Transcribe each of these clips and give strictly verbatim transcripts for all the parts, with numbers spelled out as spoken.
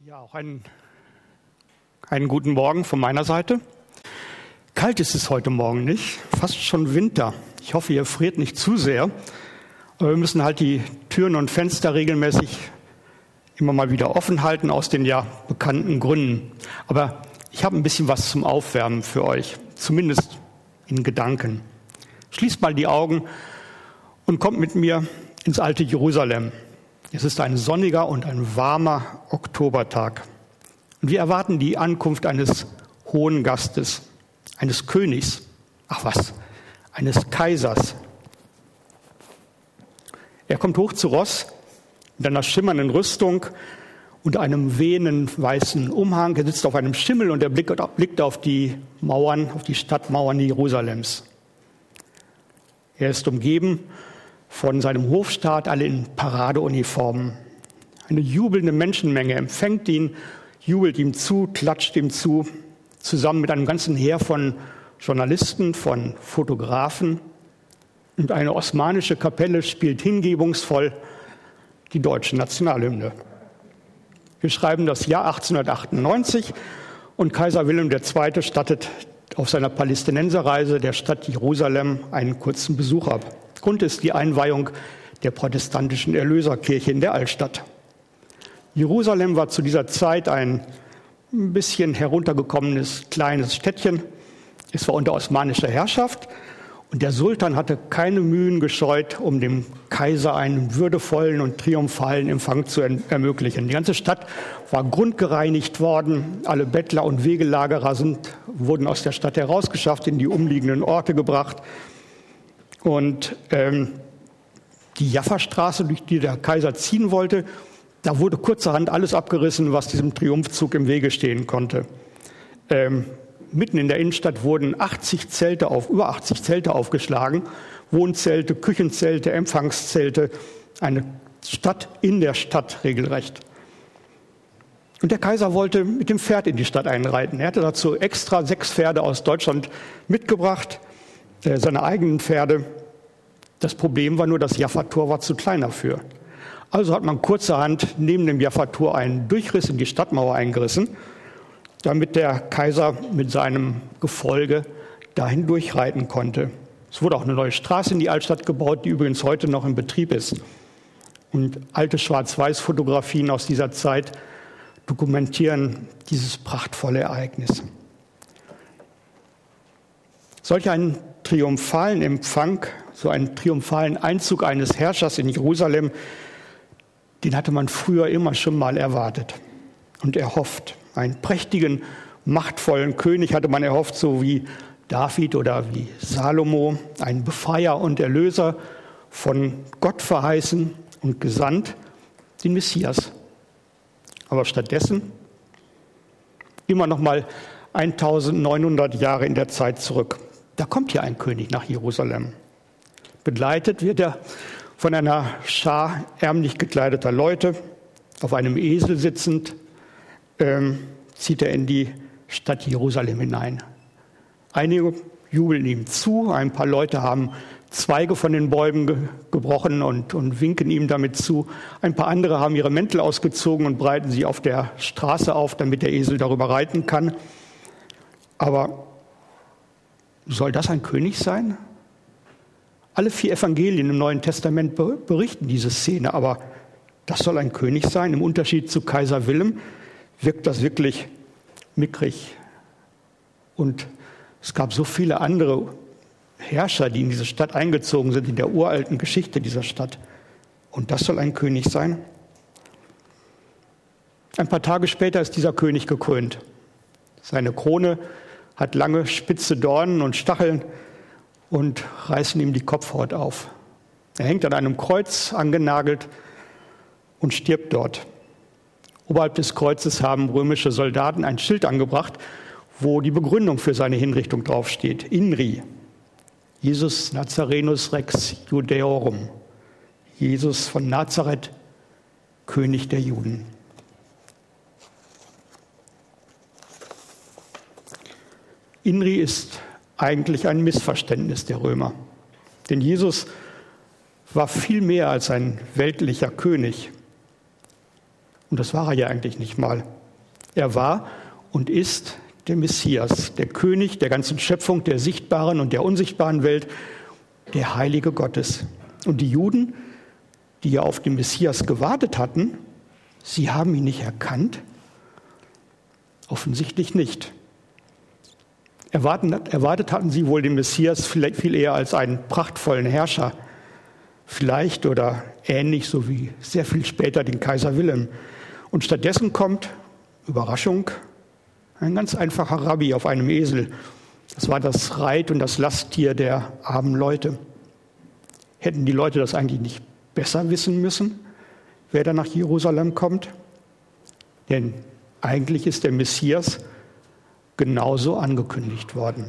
Ja, auch einen, einen guten Morgen von meiner Seite. Kalt ist es heute Morgen nicht, fast schon Winter. Ich hoffe, ihr friert nicht zu sehr. Aber wir müssen halt die Türen und Fenster regelmäßig immer mal wieder offen halten, aus den ja bekannten Gründen. Aber ich habe ein bisschen was zum Aufwärmen für euch, zumindest in Gedanken. Schließt mal die Augen und kommt mit mir ins alte Jerusalem. Es ist ein sonniger und ein warmer Oktobertag. Und wir erwarten die Ankunft eines hohen Gastes, eines Königs, ach was, eines Kaisers. Er kommt hoch zu Ross mit einer schimmernden Rüstung und einem wehenden weißen Umhang. Er sitzt auf einem Schimmel und er blickt auf die Mauern, auf die Stadtmauern Jerusalems. Er ist umgeben von seinem Hofstaat, alle in Paradeuniformen. Eine jubelnde Menschenmenge empfängt ihn, jubelt ihm zu, klatscht ihm zu, zusammen mit einem ganzen Heer von Journalisten, von Fotografen. Und eine osmanische Kapelle spielt hingebungsvoll die deutsche Nationalhymne. Wir schreiben das Jahr achtzehnhundertachtundneunzig und Kaiser Wilhelm der Zweite stattet auf seiner Palästinenserreise der Stadt Jerusalem einen kurzen Besuch ab. Grund ist die Einweihung der protestantischen Erlöserkirche in der Altstadt. Jerusalem war zu dieser Zeit ein bisschen heruntergekommenes kleines Städtchen. Es war unter osmanischer Herrschaft und der Sultan hatte keine Mühen gescheut, um dem Kaiser einen würdevollen und triumphalen Empfang zu ermöglichen. Die ganze Stadt war grundgereinigt worden. Alle Bettler und Wegelagerer sind, wurden aus der Stadt herausgeschafft, in die umliegenden Orte gebracht. Und ähm, die Jaffa-Straße, durch die der Kaiser ziehen wollte, da wurde kurzerhand alles abgerissen, was diesem Triumphzug im Wege stehen konnte. Ähm, mitten in der Innenstadt wurden achtzig Zelte auf, über achtzig Zelte aufgeschlagen, Wohnzelte, Küchenzelte, Empfangszelte, eine Stadt in der Stadt regelrecht. Und der Kaiser wollte mit dem Pferd in die Stadt einreiten. Er hatte dazu extra sechs Pferde aus Deutschland mitgebracht, äh, seine eigenen Pferde. Das Problem war nur, das Jaffa-Tor war zu klein dafür. Also hat man kurzerhand neben dem Jaffa-Tor einen Durchriss in die Stadtmauer eingerissen, damit der Kaiser mit seinem Gefolge dahin durchreiten konnte. Es wurde auch eine neue Straße in die Altstadt gebaut, die übrigens heute noch in Betrieb ist. Und alte Schwarz-Weiß-Fotografien aus dieser Zeit dokumentieren dieses prachtvolle Ereignis. Solch einen triumphalen Empfang, so einen triumphalen Einzug eines Herrschers in Jerusalem, den hatte man früher immer schon mal erwartet und erhofft. Einen prächtigen, machtvollen König hatte man erhofft, so wie David oder wie Salomo, einen Befreier und Erlöser, von Gott verheißen und gesandt, den Messias. Aber stattdessen immer noch mal eintausendneunhundert Jahre in der Zeit zurück. Da kommt hier ein König nach Jerusalem. Begleitet wird er von einer Schar ärmlich gekleideter Leute, auf einem Esel sitzend, ähm, zieht er in die Stadt Jerusalem hinein. Einige jubeln ihm zu, ein paar Leute haben Zweige von den Bäumen ge- gebrochen und, und winken ihm damit zu. Ein paar andere haben ihre Mäntel ausgezogen und breiten sie auf der Straße auf, damit der Esel darüber reiten kann. Aber soll das ein König sein? Alle vier Evangelien im Neuen Testament berichten diese Szene, aber das soll ein König sein. Im Unterschied zu Kaiser Wilhelm wirkt das wirklich mickrig. Und es gab so viele andere Herrscher, die in diese Stadt eingezogen sind, in der uralten Geschichte dieser Stadt. Und das soll ein König sein? Ein paar Tage später ist dieser König gekrönt. Seine Krone hat lange, spitze Dornen und Stacheln und reißen ihm die Kopfhaut auf. Er hängt an einem Kreuz angenagelt und stirbt dort. Oberhalb des Kreuzes haben römische Soldaten ein Schild angebracht, wo die Begründung für seine Hinrichtung draufsteht. INRI, Jesus Nazarenus Rex Judaeorum. Jesus von Nazareth, König der Juden. INRI ist eigentlich ein Missverständnis der Römer. Denn Jesus war viel mehr als ein weltlicher König. Und das war er ja eigentlich nicht mal. Er war und ist der Messias, der König der ganzen Schöpfung, der sichtbaren und der unsichtbaren Welt, der Heilige Gottes. Und die Juden, die ja auf den Messias gewartet hatten, sie haben ihn nicht erkannt? Offensichtlich nicht. Erwartet, erwartet hatten sie wohl den Messias vielleicht viel eher als einen prachtvollen Herrscher, vielleicht oder ähnlich, so wie sehr viel später den Kaiser Wilhelm. Und stattdessen kommt, Überraschung, ein ganz einfacher Rabbi auf einem Esel. Das war das Reit- und das Lasttier der armen Leute. Hätten die Leute das eigentlich nicht besser wissen müssen, wer da nach Jerusalem kommt? Denn eigentlich ist der Messias genauso angekündigt worden.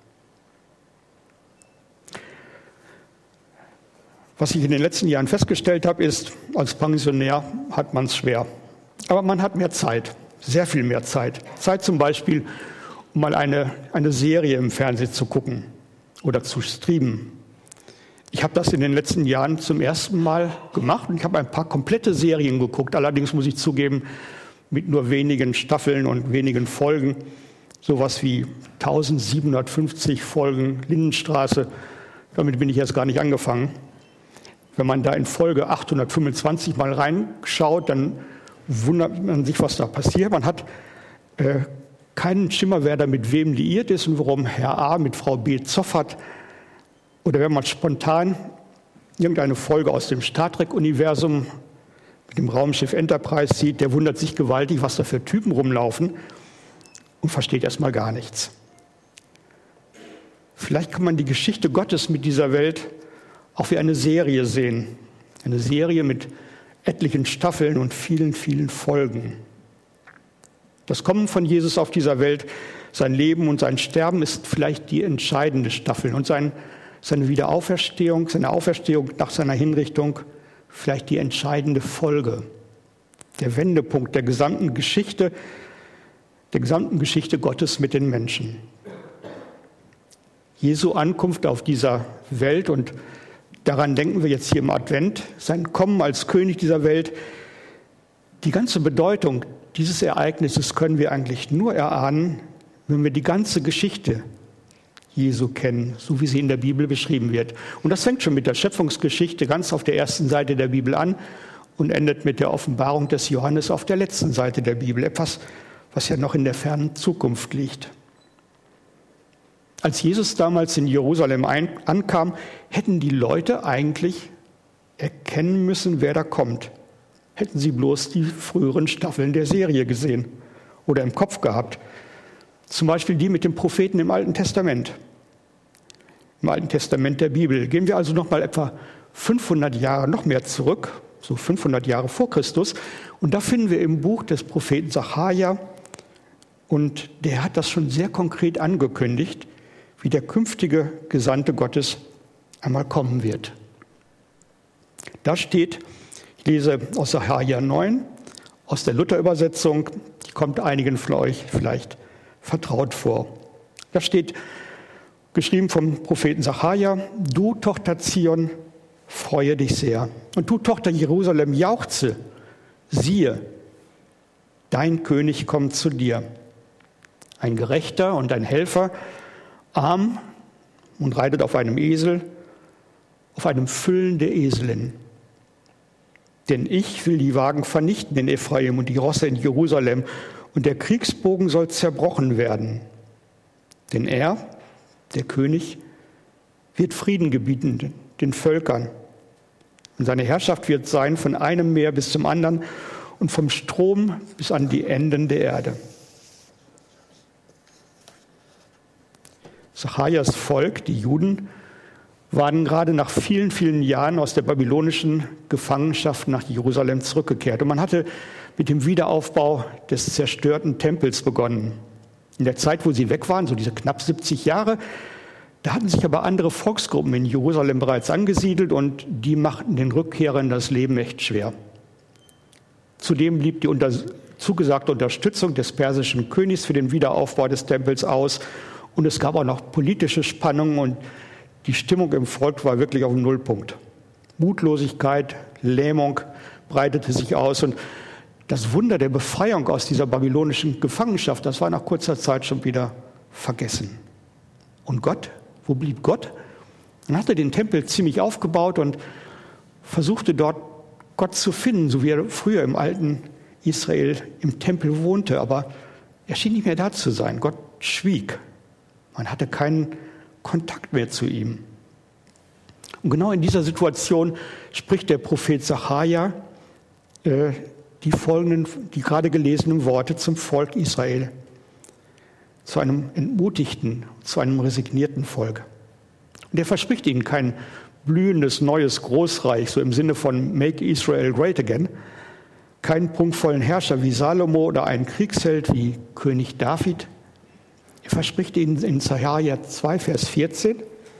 Was ich in den letzten Jahren festgestellt habe, ist, als Pensionär hat man es schwer. Aber man hat mehr Zeit, sehr viel mehr Zeit. Zeit zum Beispiel, um mal eine, eine Serie im Fernsehen zu gucken oder zu streamen. Ich habe das in den letzten Jahren zum ersten Mal gemacht und ich habe ein paar komplette Serien geguckt. Allerdings muss ich zugeben, mit nur wenigen Staffeln und wenigen Folgen. Sowas wie eintausendsiebenhundertfünfzig Folgen Lindenstraße. Damit bin ich erst gar nicht angefangen. Wenn man da in Folge achthundertfünfundzwanzig mal reinschaut, dann wundert man sich, was da passiert. Man hat äh, keinen Schimmer, wer da mit wem liiert ist und warum Herr A. mit Frau B. Zoff hat. Oder wenn man spontan irgendeine Folge aus dem Star Trek-Universum mit dem Raumschiff Enterprise sieht, der wundert sich gewaltig, was da für Typen rumlaufen und versteht erstmal gar nichts. Vielleicht kann man die Geschichte Gottes mit dieser Welt auch wie eine Serie sehen. Eine Serie mit etlichen Staffeln und vielen, vielen Folgen. Das Kommen von Jesus auf dieser Welt, sein Leben und sein Sterben ist vielleicht die entscheidende Staffel. Und sein, seine Wiederauferstehung, seine Auferstehung nach seiner Hinrichtung vielleicht die entscheidende Folge. Der Wendepunkt der gesamten Geschichte, der gesamten Geschichte Gottes mit den Menschen. Jesu Ankunft auf dieser Welt, und daran denken wir jetzt hier im Advent, sein Kommen als König dieser Welt. Die ganze Bedeutung dieses Ereignisses können wir eigentlich nur erahnen, wenn wir die ganze Geschichte Jesu kennen, so wie sie in der Bibel beschrieben wird. Und das fängt schon mit der Schöpfungsgeschichte ganz auf der ersten Seite der Bibel an und endet mit der Offenbarung des Johannes auf der letzten Seite der Bibel. Etwas, was ja noch in der fernen Zukunft liegt. Als Jesus damals in Jerusalem ein, ankam, hätten die Leute eigentlich erkennen müssen, wer da kommt. Hätten sie bloß die früheren Staffeln der Serie gesehen oder im Kopf gehabt. Zum Beispiel die mit dem Propheten im Alten Testament. Im Alten Testament der Bibel. Gehen wir also noch mal etwa fünfhundert Jahre noch mehr zurück, so fünfhundert Jahre vor Christus. Und da finden wir im Buch des Propheten Sacharja, und der hat das schon sehr konkret angekündigt, wie der künftige Gesandte Gottes einmal kommen wird. Da steht, ich lese aus Sacharja neun, aus der Luther-Übersetzung, die kommt einigen von euch vielleicht vertraut vor. Da steht, geschrieben vom Propheten Sacharja: Du, Tochter Zion, freue dich sehr. Und du, Tochter Jerusalem, jauchze. Siehe, dein König kommt zu dir. Ein Gerechter und ein Helfer, arm und reitet auf einem Esel, auf einem Füllen der Eselin. Denn ich will die Wagen vernichten in Ephraim und die Rosse in Jerusalem, und der Kriegsbogen soll zerbrochen werden. Denn er, der König, wird Frieden gebieten den Völkern. Und seine Herrschaft wird sein von einem Meer bis zum anderen und vom Strom bis an die Enden der Erde. Sacharjas Volk, die Juden, waren gerade nach vielen, vielen Jahren aus der babylonischen Gefangenschaft nach Jerusalem zurückgekehrt. Und man hatte mit dem Wiederaufbau des zerstörten Tempels begonnen. In der Zeit, wo sie weg waren, so diese knapp siebzig Jahre, da hatten sich aber andere Volksgruppen in Jerusalem bereits angesiedelt und die machten den Rückkehrern das Leben echt schwer. Zudem blieb die unter, zugesagte Unterstützung des persischen Königs für den Wiederaufbau des Tempels aus. Und es gab auch noch politische Spannungen und die Stimmung im Volk war wirklich auf dem Nullpunkt. Mutlosigkeit, Lähmung breitete sich aus und Das Wunder der Befreiung aus dieser babylonischen Gefangenschaft, das war nach kurzer Zeit schon wieder vergessen. Und Gott, wo blieb Gott? Dann hat er den Tempel ziemlich aufgebaut und versuchte dort Gott zu finden, so wie er früher im alten Israel im Tempel wohnte. Aber er schien nicht mehr da zu sein. Gott schwieg. Man hatte keinen Kontakt mehr zu ihm. Und genau in dieser Situation spricht der Prophet Sacharja äh, die folgenden, die gerade gelesenen Worte zum Volk Israel. Zu einem entmutigten, zu einem resignierten Volk. Und er verspricht ihnen kein blühendes, neues Großreich, so im Sinne von Make Israel Great Again, keinen prunkvollen Herrscher wie Salomo oder einen Kriegsheld wie König David. Er verspricht ihnen in Sacharja zwei, Vers vierzehn,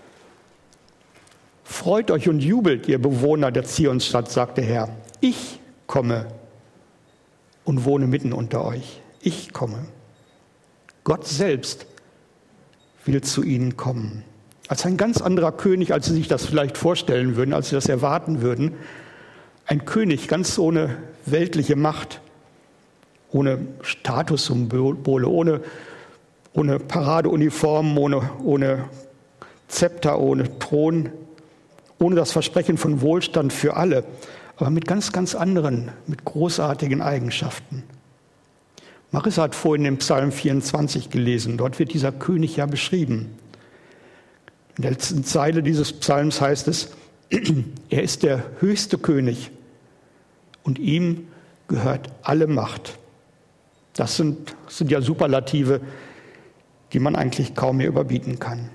Freut euch und jubelt, ihr Bewohner der Zionsstadt, sagt der Herr. Ich komme und wohne mitten unter euch. Ich komme. Gott selbst will zu ihnen kommen. Als ein ganz anderer König, als sie sich das vielleicht vorstellen würden, als sie das erwarten würden. Ein König ganz ohne weltliche Macht, ohne Statussymbole, ohne, ohne Paradeuniformen, ohne, ohne Zepter, ohne Thron, ohne das Versprechen von Wohlstand für alle, aber mit ganz, ganz anderen, mit großartigen Eigenschaften. Marissa hat vorhin den Psalm vierundzwanzig gelesen. Dort wird dieser König ja beschrieben. In der letzten Zeile dieses Psalms heißt es, er ist der höchste König und ihm gehört alle Macht. Das sind, das sind ja Superlative, die man eigentlich kaum mehr überbieten kann.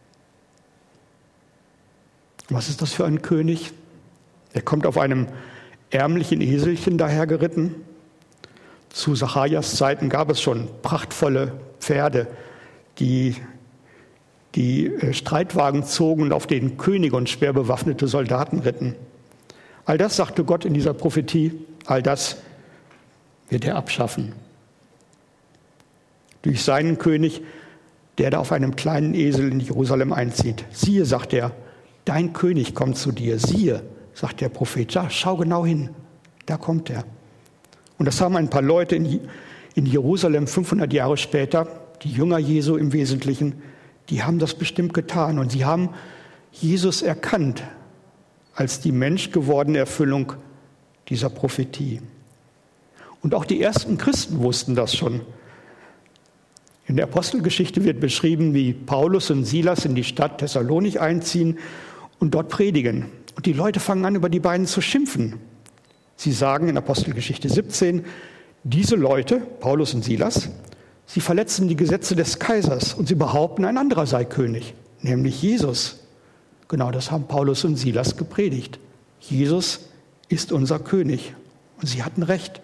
Was ist das für ein König? Er kommt auf einem ärmlichen Eselchen dahergeritten. Zu Sacharjas Zeiten gab es schon prachtvolle Pferde, die die Streitwagen zogen und auf denen Könige und schwer bewaffnete Soldaten ritten. All das, sagte Gott in dieser Prophetie, all das wird er abschaffen. Durch seinen König, der da auf einem kleinen Esel in Jerusalem einzieht. Siehe, sagt er, dein König kommt zu dir. Siehe, sagt der Prophet, ja, schau genau hin, da kommt er. Und das haben ein paar Leute in, in Jerusalem fünfhundert Jahre später, die Jünger Jesu im Wesentlichen, die haben das bestimmt getan. Und sie haben Jesus erkannt als die menschgewordene Erfüllung dieser Prophetie. Und auch die ersten Christen wussten das schon. In der Apostelgeschichte wird beschrieben, wie Paulus und Silas in die Stadt Thessalonich einziehen und dort predigen. Und die Leute fangen an, über die beiden zu schimpfen. Sie sagen in Apostelgeschichte siebzehn, diese Leute, Paulus und Silas, sie verletzen die Gesetze des Kaisers und sie behaupten, ein anderer sei König, nämlich Jesus. Genau das haben Paulus und Silas gepredigt. Jesus ist unser König. Und sie hatten recht.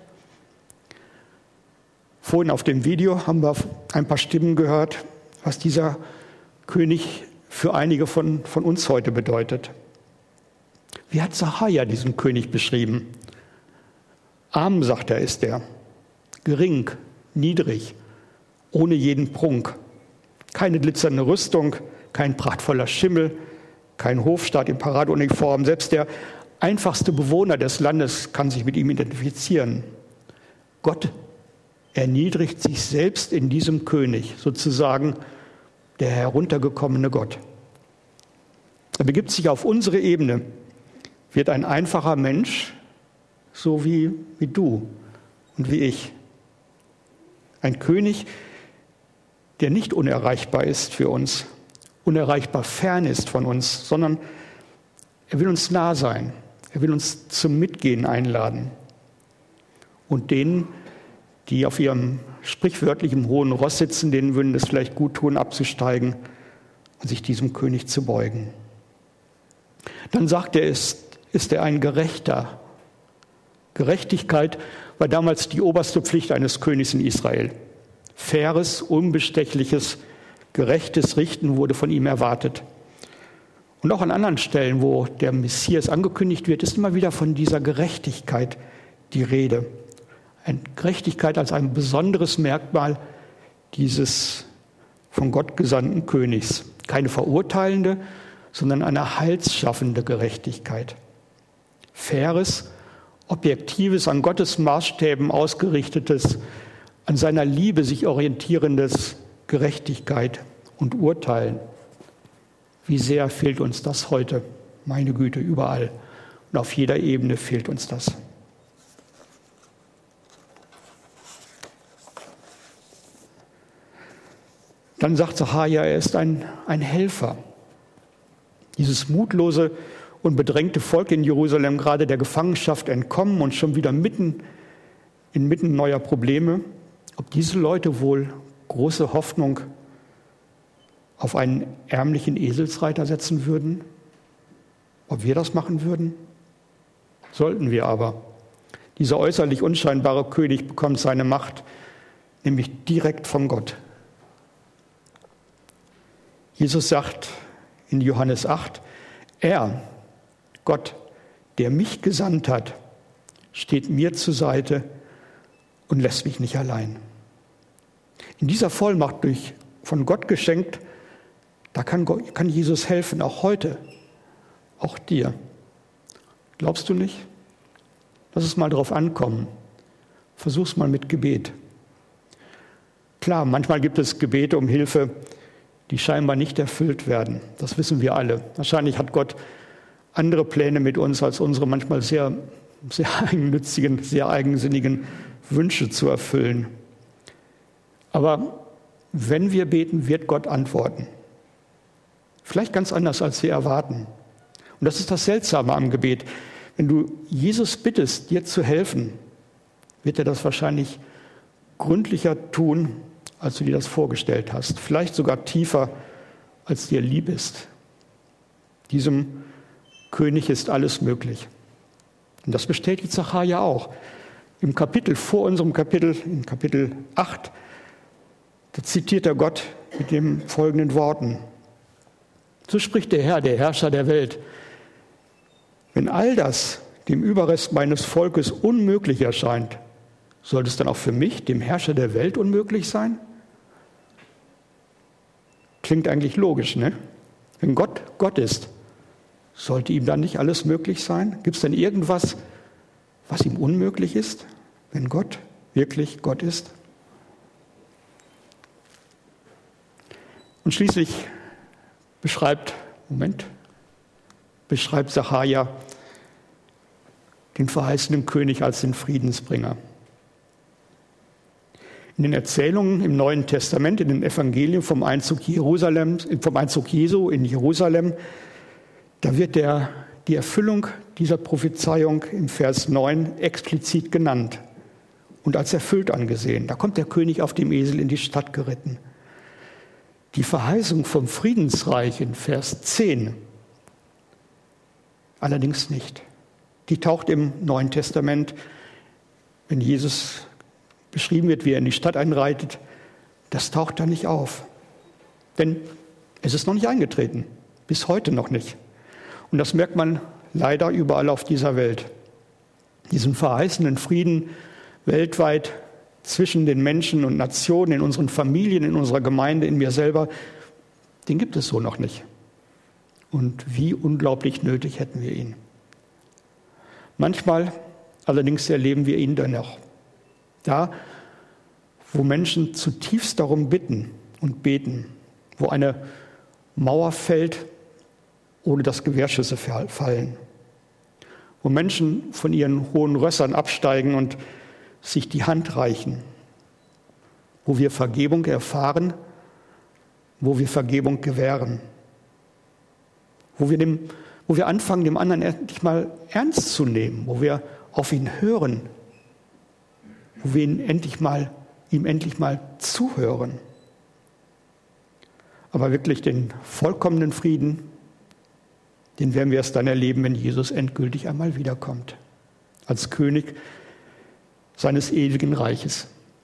Vorhin auf dem Video haben wir ein paar Stimmen gehört, was dieser König für einige von, von uns heute bedeutet. Wie hat Sacharja diesen König beschrieben? Arm, sagt er, ist er, gering, niedrig, ohne jeden Prunk, keine glitzernde Rüstung, kein prachtvoller Schimmel, kein Hofstaat in Paradeuniform. Selbst der einfachste Bewohner des Landes kann sich mit ihm identifizieren. Gott erniedrigt sich selbst in diesem König, sozusagen der heruntergekommene Gott. Er begibt sich auf unsere Ebene, wird ein einfacher Mensch, so wie, wie du und wie ich. Ein König, der nicht unerreichbar ist für uns, unerreichbar fern ist von uns, sondern er will uns nah sein. Er will uns zum Mitgehen einladen. Und denen, die auf ihrem sprichwörtlichen hohen Ross sitzen, denen würden es vielleicht gut tun, abzusteigen und sich diesem König zu beugen. Dann sagt er, ist, ist er ein Gerechter. Gerechtigkeit war damals die oberste Pflicht eines Königs in Israel. Faires, unbestechliches, gerechtes Richten wurde von ihm erwartet. Und auch an anderen Stellen, wo der Messias angekündigt wird, ist immer wieder von dieser Gerechtigkeit die Rede. Eine Gerechtigkeit als ein besonderes Merkmal dieses von Gott gesandten Königs. Keine verurteilende, sondern eine heilsschaffende Gerechtigkeit. Faires, objektives, an Gottes Maßstäben ausgerichtetes, an seiner Liebe sich orientierendes Gerechtigkeit und Urteilen. Wie sehr fehlt uns das heute? Meine Güte, überall. Und auf jeder Ebene fehlt uns das. Dann sagt Sacharja, er ist ein, ein Helfer. Dieses mutlose und bedrängte Volk in Jerusalem, gerade der Gefangenschaft entkommen und schon wieder mitten inmitten neuer Probleme, ob diese Leute wohl große Hoffnung auf einen ärmlichen Eselsreiter setzen würden? Ob wir das machen würden? Sollten wir aber. Dieser äußerlich unscheinbare König bekommt seine Macht nämlich direkt von Gott. Jesus sagt in Johannes acht, er, Gott, der mich gesandt hat, steht mir zur Seite und lässt mich nicht allein. In dieser Vollmacht, durch, von Gott geschenkt, da kann, Gott, kann Jesus helfen, auch heute, auch dir. Glaubst du nicht? Lass es mal drauf ankommen. Versuch's mal mit Gebet. Klar, manchmal gibt es Gebete um Hilfe, die scheinbar nicht erfüllt werden. Das wissen wir alle. Wahrscheinlich hat Gott andere Pläne mit uns, als unsere manchmal sehr, sehr eigennützigen, sehr eigensinnigen Wünsche zu erfüllen. Aber wenn wir beten, wird Gott antworten. Vielleicht ganz anders, als wir erwarten. Und das ist das Seltsame am Gebet. Wenn du Jesus bittest, dir zu helfen, wird er das wahrscheinlich gründlicher tun, als du dir das vorgestellt hast. Vielleicht sogar tiefer, als dir lieb ist. Diesem König ist alles möglich. Und das bestätigt Sacharja auch. Im Kapitel, vor unserem Kapitel, in Kapitel acht, da zitiert er Gott mit den folgenden Worten. So spricht der Herr, der Herrscher der Welt. Wenn all das dem Überrest meines Volkes unmöglich erscheint, soll es dann auch für mich, dem Herrscher der Welt, unmöglich sein? Klingt eigentlich logisch, ne? Wenn Gott Gott ist, sollte ihm dann nicht alles möglich sein? Gibt es denn irgendwas, was ihm unmöglich ist, wenn Gott wirklich Gott ist? Und schließlich beschreibt, Moment, beschreibt Sacharja den verheißenen König als den Friedensbringer. In den Erzählungen im Neuen Testament, in den Evangelien vom Einzug Jerusalems, vom Einzug Jesu in Jerusalem, da wird der, die Erfüllung dieser Prophezeiung im Vers neun explizit genannt und als erfüllt angesehen. Da kommt der König auf dem Esel in die Stadt geritten. Die Verheißung vom Friedensreich in Vers zehn allerdings nicht. Die taucht im Neuen Testament, wenn Jesus beschrieben wird, wie er in die Stadt einreitet, das taucht da nicht auf. Denn es ist noch nicht eingetreten, bis heute noch nicht. Und das merkt man leider überall auf dieser Welt. Diesen verheißenen Frieden weltweit zwischen den Menschen und Nationen, in unseren Familien, in unserer Gemeinde, in mir selber, den gibt es so noch nicht. Und wie unglaublich nötig hätten wir ihn. Manchmal allerdings erleben wir ihn dennoch. Da, wo Menschen zutiefst darum bitten und beten, wo eine Mauer fällt, ohne dass Gewehrschüsse fallen, wo Menschen von ihren hohen Rössern absteigen und sich die Hand reichen, wo wir Vergebung erfahren, wo wir Vergebung gewähren, wo wir, dem, wo wir anfangen, dem anderen endlich mal ernst zu nehmen, wo wir auf ihn hören, wo wir ihn endlich mal, ihm endlich mal zuhören. Aber wirklich den vollkommenen Frieden, den werden wir erst dann erleben, wenn Jesus endgültig einmal wiederkommt, als König seines ewigen Reiches.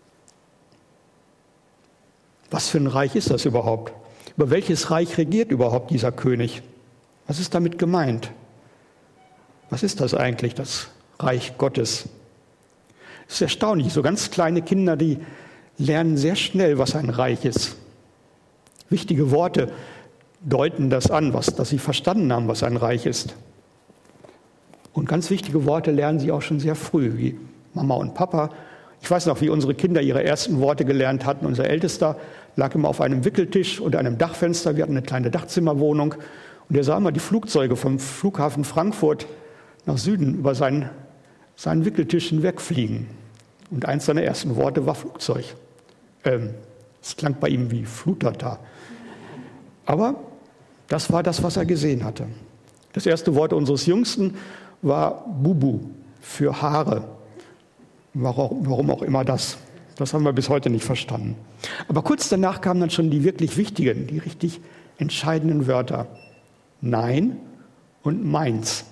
Was für ein Reich ist das überhaupt? Über welches Reich regiert überhaupt dieser König? Was ist damit gemeint? Was ist das eigentlich, das Reich Gottes? Es ist erstaunlich, so ganz kleine Kinder, die lernen sehr schnell, was ein Reich ist. Wichtige Worte deuten das an, was, dass sie verstanden haben, was ein Reich ist. Und ganz wichtige Worte lernen sie auch schon sehr früh, wie Mama und Papa. Ich weiß noch, wie unsere Kinder ihre ersten Worte gelernt hatten. Unser Ältester lag immer auf einem Wickeltisch unter einem Dachfenster. Wir hatten eine kleine Dachzimmerwohnung. Und er sah immer die Flugzeuge vom Flughafen Frankfurt nach Süden über seinen, seinen Wickeltisch hinwegfliegen. Und eins seiner ersten Worte war Flugzeug. Ähm, es klang bei ihm wie Flutata. Aber das war das, was er gesehen hatte. Das erste Wort unseres Jüngsten war Bubu für Haare. Warum, warum auch immer das. Das haben wir bis heute nicht verstanden. Aber kurz danach kamen dann schon die wirklich wichtigen, die richtig entscheidenden Wörter. Nein und meins.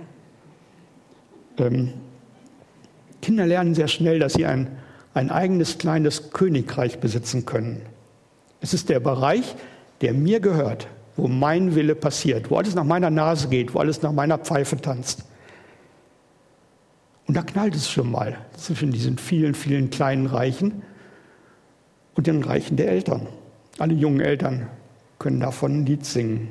Ähm, Kinder lernen sehr schnell, dass sie ein, ein eigenes kleines Königreich besitzen können. Es ist der Bereich, der mir gehört, wo mein Wille passiert, wo alles nach meiner Nase geht, wo alles nach meiner Pfeife tanzt. Und da knallt es schon mal zwischen diesen vielen, vielen kleinen Reichen und den Reichen der Eltern. Alle jungen Eltern können davon ein Lied singen.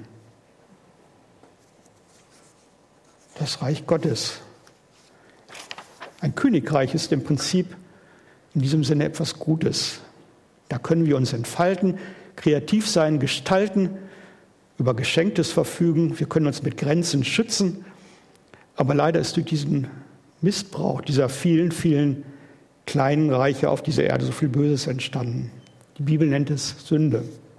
Das Reich Gottes. Ein Königreich ist im Prinzip in diesem Sinne etwas Gutes. Da können wir uns entfalten, kreativ sein, gestalten, über Geschenktes verfügen. Wir können uns mit Grenzen schützen. Aber leider ist durch diesen Missbrauch dieser vielen, vielen kleinen Reiche auf dieser Erde so viel Böses entstanden. Die Bibel nennt es Sünde.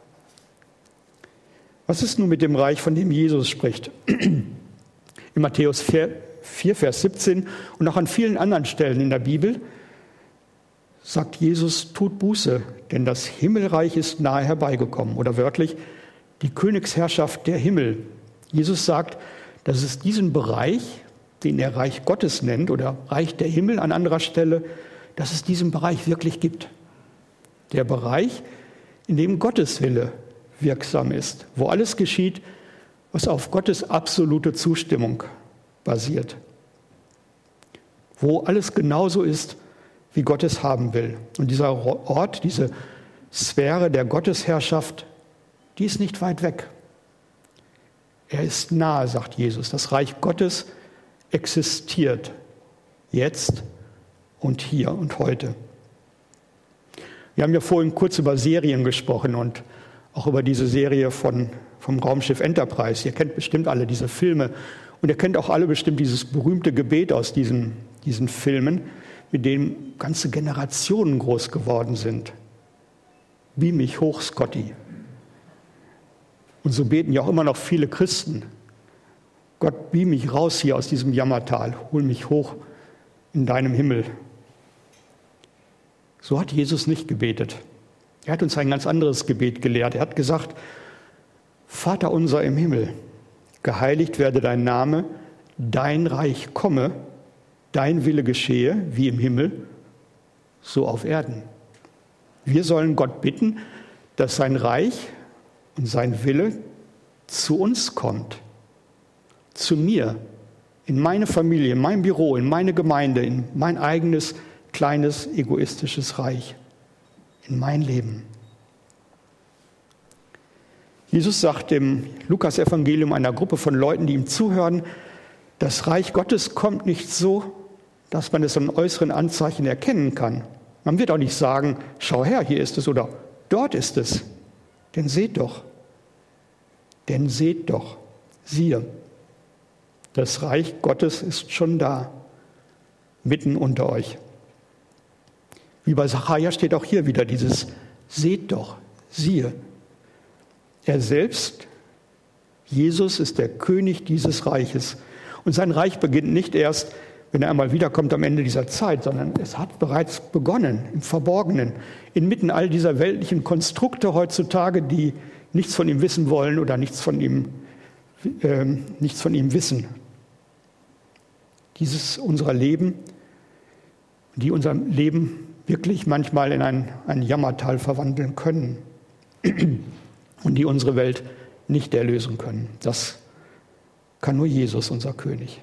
Was ist nun mit dem Reich, von dem Jesus spricht? In Matthäus vier, Vers siebzehn und auch an vielen anderen Stellen in der Bibel sagt Jesus, tut Buße, denn das Himmelreich ist nahe herbeigekommen. Oder wörtlich, die Königsherrschaft der Himmel. Jesus sagt, dass es diesen Bereich, den er Reich Gottes nennt oder Reich der Himmel an anderer Stelle, dass es diesen Bereich wirklich gibt. Der Bereich, in dem Gottes Wille wirksam ist, wo alles geschieht, was auf Gottes absolute Zustimmung basiert. Wo alles genauso ist, wie Gott es haben will. Und dieser Ort, diese Sphäre der Gottesherrschaft, die ist nicht weit weg. Er ist nahe, sagt Jesus. Das Reich Gottes existiert jetzt und hier und heute. Wir haben ja vorhin kurz über Serien gesprochen und auch über diese Serie von, vom Raumschiff Enterprise. Ihr kennt bestimmt alle diese Filme und ihr kennt auch alle bestimmt dieses berühmte Gebet aus diesen, diesen Filmen, mit dem ganze Generationen groß geworden sind. Beam mich hoch, Scotty. Und so beten ja auch immer noch viele Christen. Gott, beam mich raus hier aus diesem Jammertal, hol mich hoch in deinem Himmel. So hat Jesus nicht gebetet. Er hat uns ein ganz anderes Gebet gelehrt. Er hat gesagt, Vater unser im Himmel, geheiligt werde dein Name, dein Reich komme, dein Wille geschehe, wie im Himmel, so auf Erden. Wir sollen Gott bitten, dass sein Reich und sein Wille zu uns kommt. Zu mir, in meine Familie, in mein Büro, in meine Gemeinde, in mein eigenes, kleines, egoistisches Reich, in mein Leben. Jesus sagt im Lukas-Evangelium einer Gruppe von Leuten, die ihm zuhören, das Reich Gottes kommt nicht so, dass man es an äußeren Anzeichen erkennen kann. Man wird auch nicht sagen, schau her, hier ist es oder dort ist es. Denn seht doch, denn seht doch, siehe, das Reich Gottes ist schon da, mitten unter euch. Wie bei Sacharja steht auch hier wieder dieses seht doch, siehe. Er selbst, Jesus, ist der König dieses Reiches. Und sein Reich beginnt nicht erst, wenn er einmal wiederkommt am Ende dieser Zeit, sondern es hat bereits begonnen, im Verborgenen, inmitten all dieser weltlichen Konstrukte heutzutage, die nichts von ihm wissen wollen oder nichts von ihm, äh, nichts von ihm wissen. Dieses unserer Leben, die unser Leben wirklich manchmal in ein, ein Jammertal verwandeln können und die unsere Welt nicht erlösen können. Das kann nur Jesus, unser König.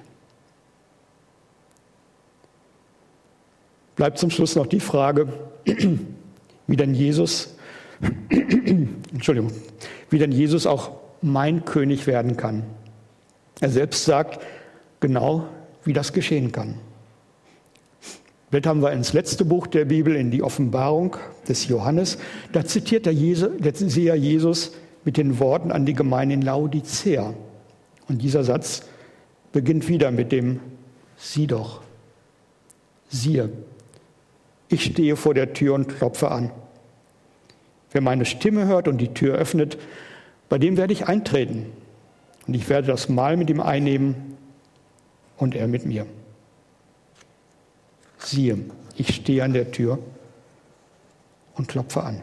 Bleibt zum Schluss noch die Frage, wie denn Jesus, Entschuldigung, wie denn Jesus auch mein König werden kann. Er selbst sagt, genau wie das geschehen kann. Blättern wir ins letzte Buch der Bibel, in die Offenbarung des Johannes. Da zitiert der, Jesu, der Seher Jesus mit den Worten an die Gemeinde in Laodicea. Und dieser Satz beginnt wieder mit dem Sieh doch, siehe, ich stehe vor der Tür und klopfe an. Wer meine Stimme hört und die Tür öffnet, bei dem werde ich eintreten. Und ich werde das Mahl mit ihm einnehmen und er mit mir. Siehe, ich stehe an der Tür und klopfe an.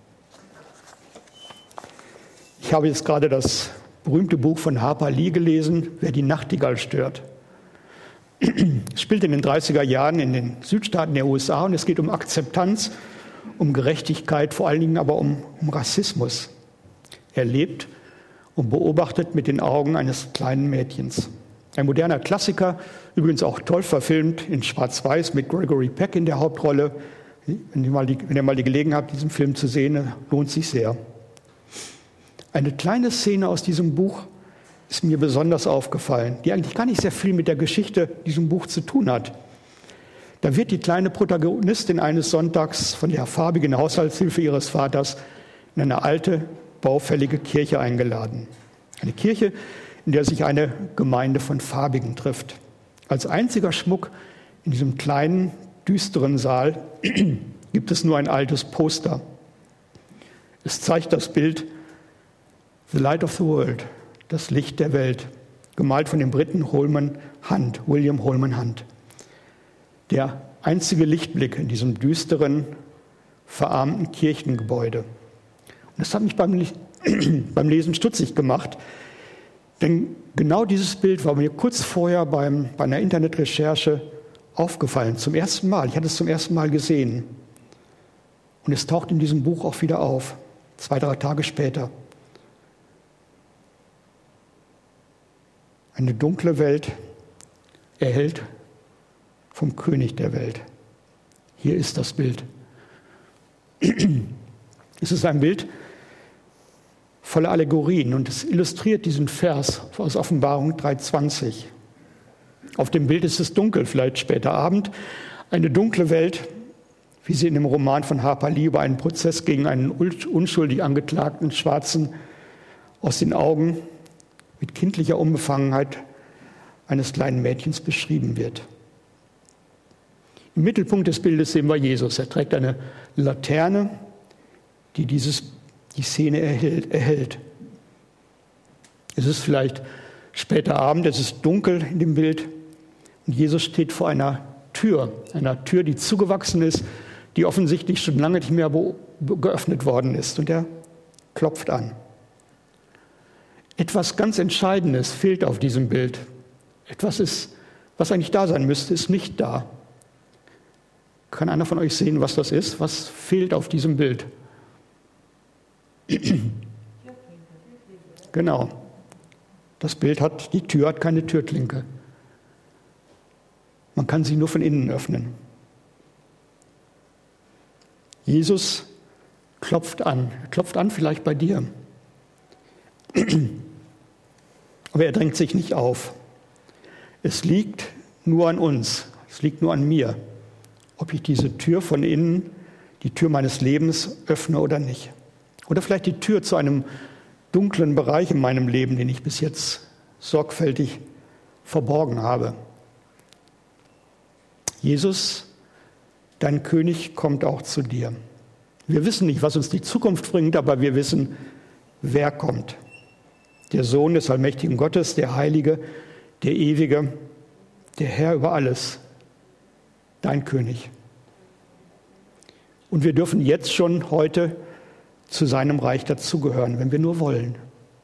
Ich habe jetzt gerade das berühmte Buch von Harper Lee gelesen, Wer die Nachtigall stört. Es spielt in den dreißiger Jahren in den Südstaaten der U S A und es geht um Akzeptanz, um Gerechtigkeit, vor allen Dingen aber um, um Rassismus. Er lebt und beobachtet mit den Augen eines kleinen Mädchens. Ein moderner Klassiker, übrigens auch toll verfilmt in Schwarz-Weiß mit Gregory Peck in der Hauptrolle. Wenn ihr mal die, wenn ihr mal die Gelegenheit habt, diesen Film zu sehen, lohnt sich sehr. Eine kleine Szene aus diesem Buch ist mir besonders aufgefallen, die eigentlich gar nicht sehr viel mit der Geschichte diesem Buch zu tun hat. Da wird die kleine Protagonistin eines Sonntags von der farbigen Haushaltshilfe ihres Vaters in eine alte, baufällige Kirche eingeladen. Eine Kirche, in der sich eine Gemeinde von Farbigen trifft. Als einziger Schmuck in diesem kleinen, düsteren Saal gibt es nur ein altes Poster. Es zeigt das Bild The Light of the World, das Licht der Welt, gemalt von dem Briten Holman Hunt, William Holman Hunt. Der einzige Lichtblick in diesem düsteren, verarmten Kirchengebäude. Und das hat mich beim, beim Lesen stutzig gemacht, denn genau dieses Bild war mir kurz vorher beim, bei einer Internetrecherche aufgefallen, zum ersten Mal. Ich hatte es zum ersten Mal gesehen. Und es taucht in diesem Buch auch wieder auf, zwei, drei Tage später. Eine dunkle Welt erhellt vom König der Welt. Hier ist das Bild. Es ist ein Bild voller Allegorien und es illustriert diesen Vers aus Offenbarung drei zwanzig. Auf dem Bild ist es dunkel, vielleicht später Abend. Eine dunkle Welt, wie sie in dem Roman von Harper Lee über einen Prozess gegen einen unschuldig angeklagten Schwarzen aus den Augen mit kindlicher Unbefangenheit eines kleinen Mädchens beschrieben wird. Im Mittelpunkt des Bildes sehen wir Jesus. Er trägt eine Laterne, die dieses, die Szene erhält, erhält. Es ist vielleicht später Abend, es ist dunkel in dem Bild und Jesus steht vor einer Tür, einer Tür, die zugewachsen ist, die offensichtlich schon lange nicht mehr geöffnet worden ist und er klopft an. Etwas ganz Entscheidendes fehlt auf diesem Bild. Etwas ist, was eigentlich da sein müsste, ist nicht da. Kann einer von euch sehen, was das ist? Was fehlt auf diesem Bild? Genau. Das Bild hat, die Tür hat keine Türklinke. Man kann sie nur von innen öffnen. Jesus klopft an. Er klopft an vielleicht bei dir. Aber er drängt sich nicht auf. Es liegt nur an uns. Es liegt nur an mir, ob ich diese Tür von innen, die Tür meines Lebens öffne oder nicht. Oder vielleicht die Tür zu einem dunklen Bereich in meinem Leben, den ich bis jetzt sorgfältig verborgen habe. Jesus, dein König kommt auch zu dir. Wir wissen nicht, was uns die Zukunft bringt, aber wir wissen, wer kommt. Der Sohn des allmächtigen Gottes, der Heilige, der Ewige, der Herr über alles, dein König. Und wir dürfen jetzt schon heute zu seinem Reich dazugehören, wenn wir nur wollen.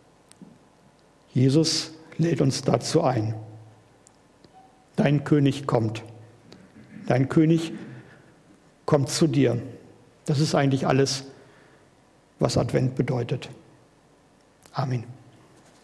Jesus lädt uns dazu ein. Dein König kommt. Dein König kommt zu dir. Das ist eigentlich alles, was Advent bedeutet. Amen.